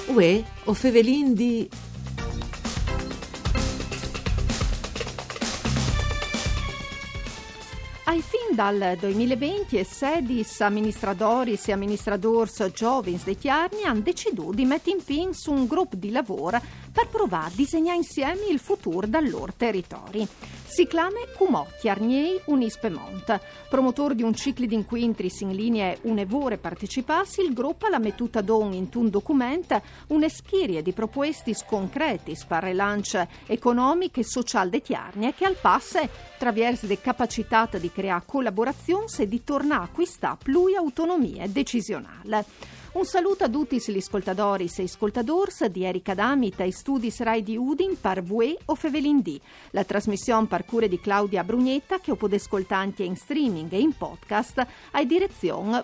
Uè, o Fevelin di... Ai fin dal 2020 e sedis amministradoris e amministradors giovins de Chiarni hanno deciso di mettere in pin su un gruppo di lavoro per provare a disegnare insieme il futuro dal loro territori. Si chiama Cumò Chiarniei Unispemont. Promotor di un ciclo di incontris in linee unevore partecipassi, il gruppo ha mettuta don in un documento una serie di proposte concrete per rilancio economico e sociale de Chiarni che al passo attraverso le capacità di creare collaborazioni e di tornare a acquistare più autonomia decisionale. Un saluto a tutti gli ascoltadoris e ascoltadors di Erika Damit ai studi Rai di Udin par Vue o Fevelindì. La trasmissione par cure di Claudia Brugnetta che potete ascoltare anche in streaming e in podcast a direzione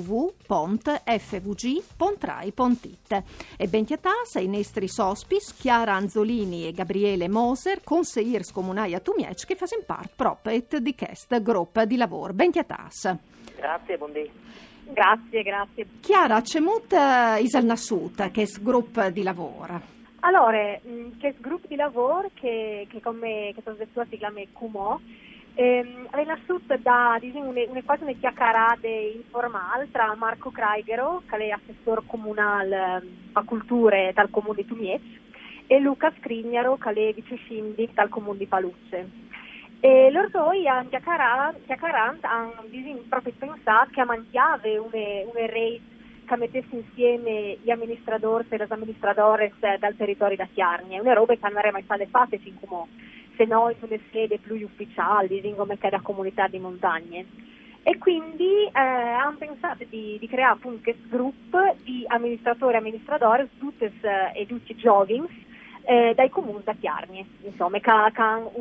www.fvg.rai.it. E bentiatas ai nostri sospis Chiara Anzolini e Gabriele Moser, consigliers comunali a Tumiec che fanno parte proprio di questo gruppo di lavoro. Bentiatas. Grazie, buondì. Grazie. Chiara, c'è molto Isal Nassut, che è gruppo di lavoro. Allora, c'è gruppo di lavoro che come che detto si chiama Cumò, è nassut da quasi una chiacchierata informale tra Marco Kraigero, che è assessore comunale a culture dal comune di Tumiec, e Luca Scrignaro, che è vice sindaco dal comune di Palucce. E loro due hanno chiacchierando, hanno proprio pensato che mangiava una rete che mettesse insieme gli amministratori e le amministratrici dal territorio da Chiarni. È una roba che non era mai stata fatta fin come, se no in una sede più ufficiale, come che da comunità di montagne. E quindi hanno pensato di creare appunto questo gruppo di amministratori e amministratori, tutti giovani, dai comuni da Chiarni, insomma, che hanno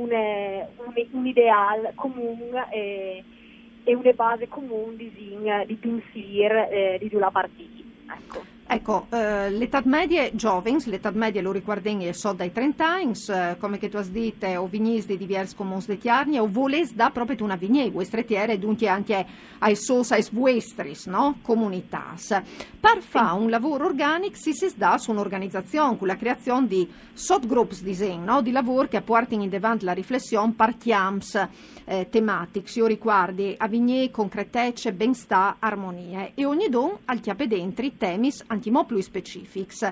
un ideale comune e una base comune di pensiero di due partiti. Ecco, l'età media giovens, l'età media lo riguarden e so dai 30 anni, come che tu hai detto, o vignis di diversi comuni di Chiarni, o voles da proprio una vigne, vostre tiere, e dunque anche ai sos, ai vuestris, no? Comunitas. Per fare un lavoro organico si dà su un'organizzazione, con la creazione di sottgrupps no? Di lavoro che portano in davanti la riflessione per chiams tematici, io riguardi a vigne, concretezze, benstà, armonie, e ogni don al chiappe dentri temis antimo più specifics.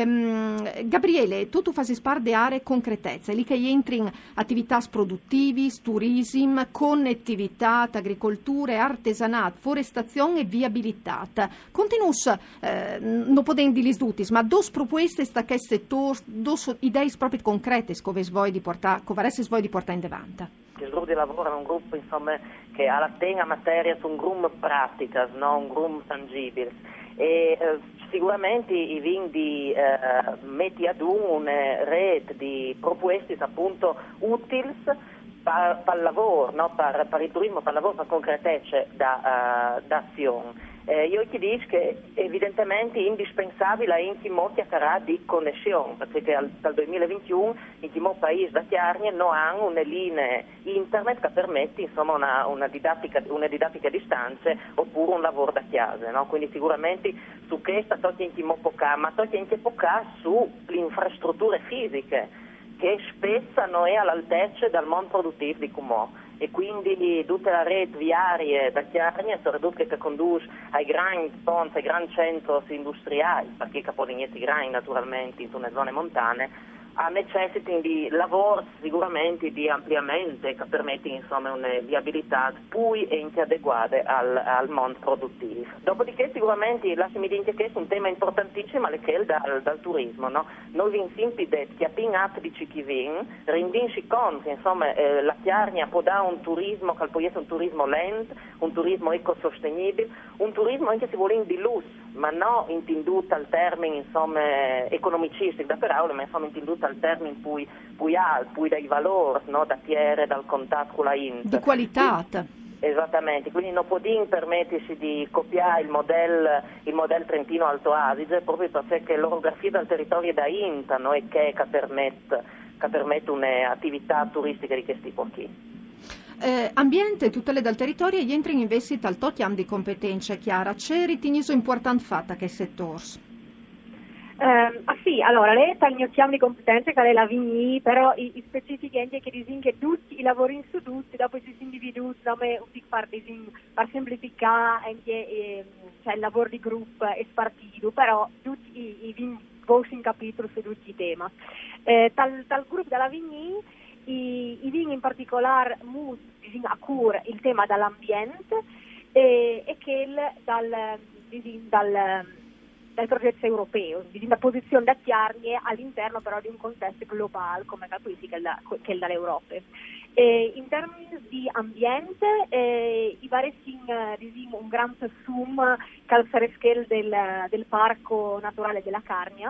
Gabriele, tu fai parte di aree concretezze, lì che entri in attività produttivi, turismo, connettività, agricoltura, artigianato, forestazione e viabilità. Continuus, non potendo di lisdutis, ma dos proposte sta che settor, dos idee proprio concrete che voi di portare in davanti. Il gruppo di lavoro è un gruppo insomma che ha la tenga materia su un gruppo pratica, no? Un gruppo tangibile. E sicuramente i vindi metti ad una rete di proposte appunto utili per il lavoro, no? per il turismo, per il lavoro, per concretezze d'azione. Io ti dico che evidentemente è indispensabile in molti chiacchierare di connessione, perché dal 2021 in molti paesi da Chiarni non hanno una linea internet che permette insomma una didattica a distanza oppure un lavoro da casa, no? Quindi sicuramente su questa tocca in ma tocca anche poca sulle infrastrutture fisiche che spesso non è all'altezza del mondo produttivo di Cumò. E quindi tutta la rete viaria da Chiarni è che conduce ai grandi ponti, ai grandi centri industriali, perché capolignetti grandi naturalmente in tutte le zone montane, necessitano di lavoro sicuramente di ampliamento che permette insomma una viabilità più adeguata al mondo produttivo. Dopodiché sicuramente lasciami dire che questo è un tema importantissimo che è dal turismo, no? Noi vi insieme che appena app di Cichivin rendinci conto insomma la Chiarnia può dare un turismo che può essere un turismo lento, un turismo ecosostenibile, un turismo anche se vuole di lusso, ma non intenduto al termine insomma economicistico da per aula, ma insomma intenduto al termine poi alto, poi dai valori, no? Da tiere, dal contatto con la int. Di qualità. Esattamente, quindi non può permettersi di copiare il modello Trentino Alto Adige proprio perché l'orografia del territorio è da INTA, no? E che permette un'attività turistica di questo tipo qui. Ambiente, tutele dal territorio gli entri in vestita al totiam di competenze, Chiara. C'è riteniso importante fatta che settors? Sì, allora, lei sta il chiamo di competenze che è la vigni, però i specifici enti che dicono che tutti i lavori su tutti, dopo si individuano come per semplificare anche cioè il lavoro di gruppo e spartito, però tutti i vigni in capitolo su tutti i temi. Tal gruppo della vigni, i vigni in particolare a cura il tema dell'ambiente e che dal progetto europeo, la posizione da chiarne all'interno però di un contesto globale come capisci che è dall'Europa. In termini di ambiente, i vari un gran sum calzareschel del Parco Naturale della Carnia,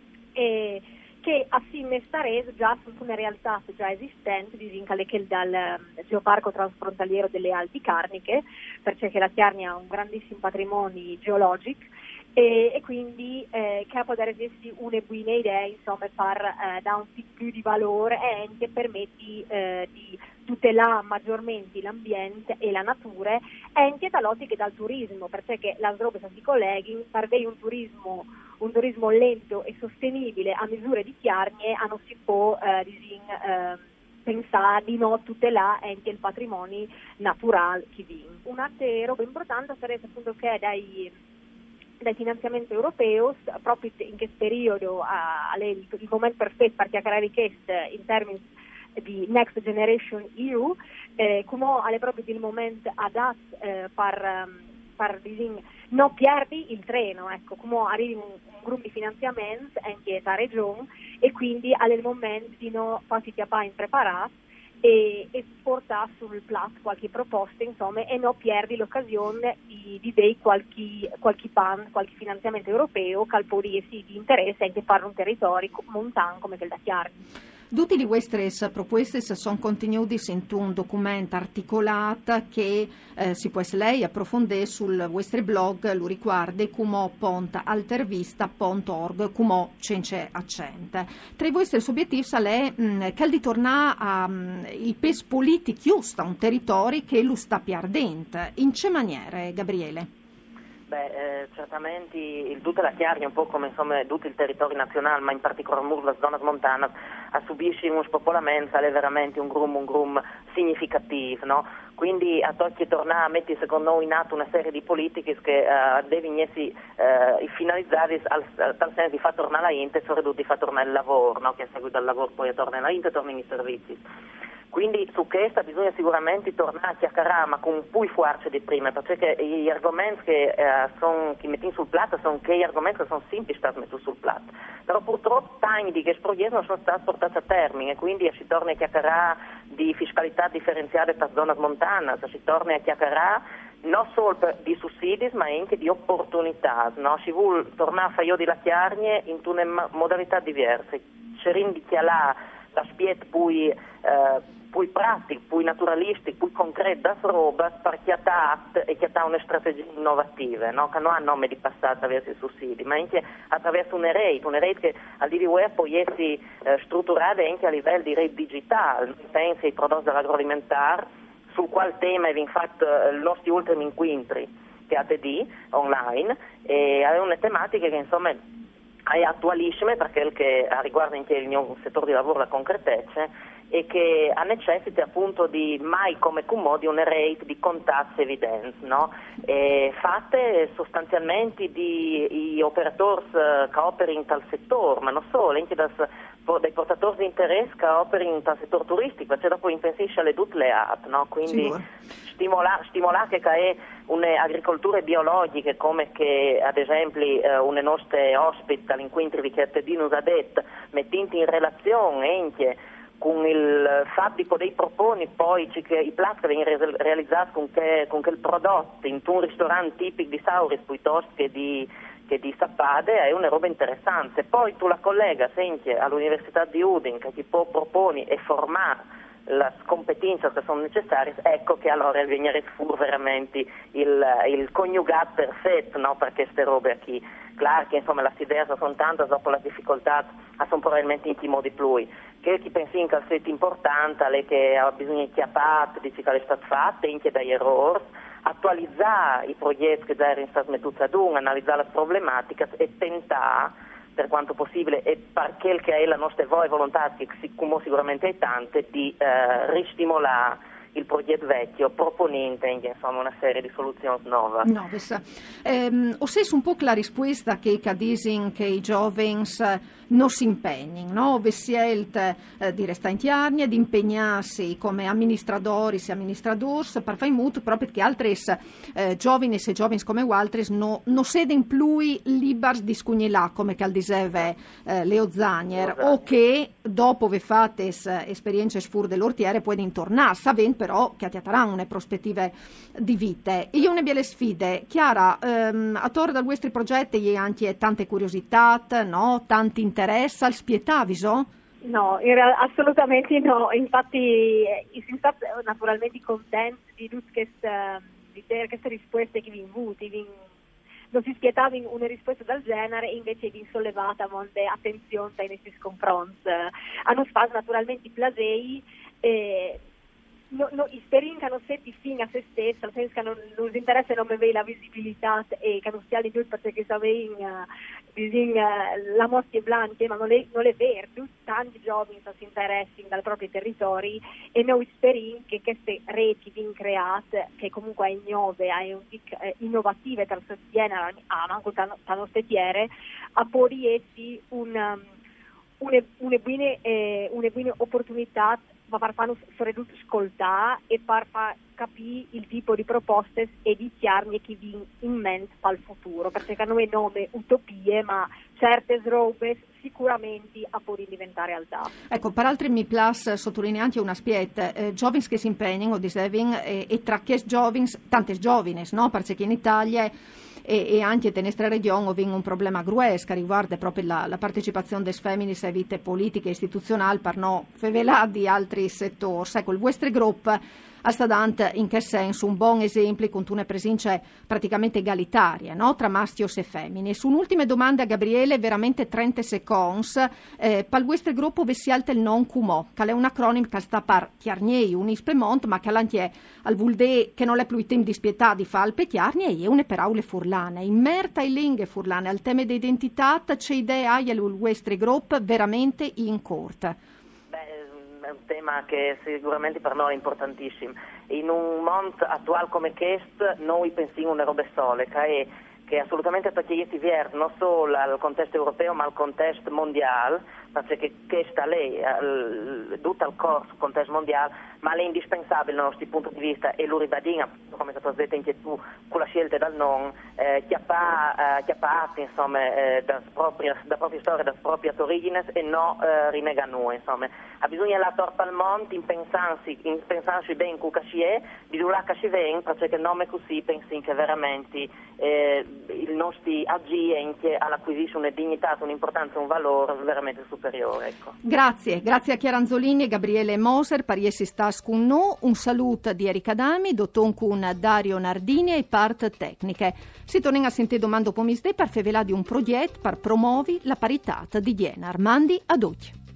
che assieme starese già sono una realtà già esistente, che dal Geoparco Transfrontaliero delle Alpi Carniche, perché la Carnia ha un grandissimo patrimonio geologico e quindi che può dare una buona idea insomma per dare un po' più di valore e anche permette di tutelare maggiormente l'ambiente e la natura e anche dall'ottica dal turismo, perché la roba si colleghi per un turismo lento e sostenibile a misure di chiarnie non si può pensare di non tutelare anche il patrimonio naturale che viene. Un altro roba importante sarebbe appunto che dai finanziamenti europei, proprio in questo periodo il momento perfetto per chiacchierare richieste in termini di Next Generation EU, come alle proprio il momento adatto per non perdi il treno, ecco, come arrivi un gruppo di finanziamenti anche da regione e quindi al momento di non farsi impreparati e portare sul piatto qualche proposta insomma e non perdi l'occasione di vedere qualche finanziamento europeo che può di interesse anche fare un territorio montano come quello da Chiarni. Tutte le vostre proposte sono contenute in un documento articolato che si può lei approfondire sul vostro blog, lo riguarda cumo.altervista.org, cumo cence accente. Tra i vostri obiettivi è che di tornare il peso politico giusto a un territorio che lo sta perdendo. In che maniera, Gabriele? Certamente tutta la Chiaria, un po' come insomma tutto il territorio nazionale, ma in particolar modo le zone montane, a subisce un spopolamento, è veramente un grum significativo, no? Quindi a tocchi tornare a mettere secondo noi in atto una serie di politiche che devono essere finalizzate tal senso di far tornare la gente, soprattutto di far tornare il lavoro, no? Che a seguito dal lavoro poi torna la gente e tornano i servizi. Quindi su questa bisogna sicuramente tornare a chiacchierare, ma con più forza di prima, perché gli argomenti che mettono sul piatto sono che gli argomenti che sono semplici da mettere sul piatto. Però purtroppo tanti di questi progetti non sono stati portati a termine, quindi si torna a chiacchierare di fiscalità differenziata per zone montane, si torna a chiacchierare non solo di sussidi ma anche di opportunità, no? Si vuole tornare a fare di la chiarnie in una modalità diverse, cercando di chialare l'aspetto più pratico, più naturalistico, più concreto da roba per chiatare una strategia innovativa, no? Che non ha nome di passare attraverso i sussidi, ma anche attraverso una rete che al di web può essere strutturata anche a livello di rete digitale, pensa ai prodotti dell'agroalimentare, sul quale tema è infatti i nostri ultimi incontri che ATD online, e è una tematica che insomma è attualissima perché riguarda anche il settore di lavoro, la concretezza, e che ha necessita appunto di mai come di una rete di contatti evidenti, no? Fatte sostanzialmente di operatori che operano in tal settore, ma non solo, anche dai portatori di interesse che operano in tal settore turistico, perché dopo impensisce alle tutte le app, no? Quindi stimolare che è un'agricoltura biologica come che ad esempio una nostra ospite all'incontro di Chiartedì nos ha detto, mettendo in relazione anche con il fabbrico dei proponi poi che i piatti vengono realizzati con quel prodotto in un ristorante tipico di Sauris piuttosto che di Sappade è una roba interessante. Poi tu la collega sempre all'Università di Udine che ti può proponi e formare le competenze che sono necessarie, ecco che allora viene fuori veramente il coniugato perfetto, no? Per queste robe qui. Claro che insomma le idee sono tante, dopo le difficoltà sono probabilmente intimo di più. Che chi pensa che è importante è che ha bisogno di chiappare, di ciò che è stato fatto, anche dagli errori, attualizzare i progetti che già erano stati messi ad un, analizzare le problematiche e tentare per quanto possibile e per quel che è la nostra volontà, che sicuramente è tante, di ristimolare il progetto vecchio, proponendo insomma una serie di soluzioni nuove. No, ho sentito un po' la risposta che dicono che i giovani non si impegnino, no? Scelta di restare in Tiarnia, di impegnarsi come amministratori e amministradori per fare in modo proprio che altri giovani e giovani come altri non siano più liberi di scugnilà, come diceva Leo Zanier, o che dopo ve fate esperienze sfur dell'ortiere può tornare, sapendo però che attiateranno una prospettive di vita. Io ne le sfide. Chiara, attorno dai vostri progetti gli anche tante curiosità, no? Tanti interesse, al spietaviso? No, assolutamente no. Infatti, siamo stati naturalmente contenti di tutte queste risposte che vi avuti. Non si spietava una risposta del genere, invece vi sollevata molte attenzione ai nostri confronti. A noi fa naturalmente piacere. Speriamo che non sia fine a se stessa, nel senso che non ci interessa non avere la visibilità e che non sia di tutto perché sappiamo la mostra blanca, ma non è vero, tanti giovani si interessano dal proprio territorio e noi speriamo che queste reti vengono create, che comunque è nuove, innovative per sostenere anche la nostra terra, a porre una buona opportunità per farlo soprattutto ascoltare e per far capire il tipo di proposte e di chiarni che vi in mente per il futuro, perché non è nome utopie, ma certe robe sicuramente a poter diventare realtà. Ecco, per altri mi piace sottolineare anche un aspetto, giovani che si impegnano o diseven e tra che giovani, tante giovani, no? Perché in Italia e anche in nostra regione viene un problema grueso che riguarda proprio la partecipazione delle femmine alle vite politiche e istituzionali per non favelare di altri settori. Ecco, il vostro gruppo sta dando in che senso un buon esempio con una presenza praticamente egalitaria, no? Tra maschi e femmine. Su un'ultima domanda a Gabriele, veramente 30 secondi, per il vostro gruppo vi si alta il non CUMO, che è un acronimo che sta per Chiarniei, Unispemont, ma che anche al vulde che non è più il tempo di spietà di Falpe Chiarniei e une per aule furlane. In merta e lingue furlane al tema di identità, c'è idea hai il vostro gruppo veramente in corte? È un tema che sicuramente per noi è importantissimo. In un mondo attuale come questo, noi pensiamo una roba sola, che è assolutamente attacchiati non solo al contesto europeo, ma al contesto mondiale, perché questa lei, tutto il corso contesto mondiale, ma è indispensabile dal nostro punto di vista e lo ribadiamo, come è stato detto anche tu, con la scelta del non, chiappati insomma, da propria storia, da propria origine e non rinega noi, insomma. Ha bisogno la torpa al mondo, in pensarsi bene con che è, di dove si viene, perché non è così, pensi che veramente il nostro agire all'acquisisce una dignità, un'importanza, un valore veramente superiore. Ecco. Grazie a Chiara Anzolini e Gabriele Moser, pariesi stas con noi, un saluto di Erika Dami, dotton con Dario Nardini e part tecniche. Si torna a sentire domando pomisde per fevelà di un progetto per promuovi la parità di Diena. Armandi ad oggi.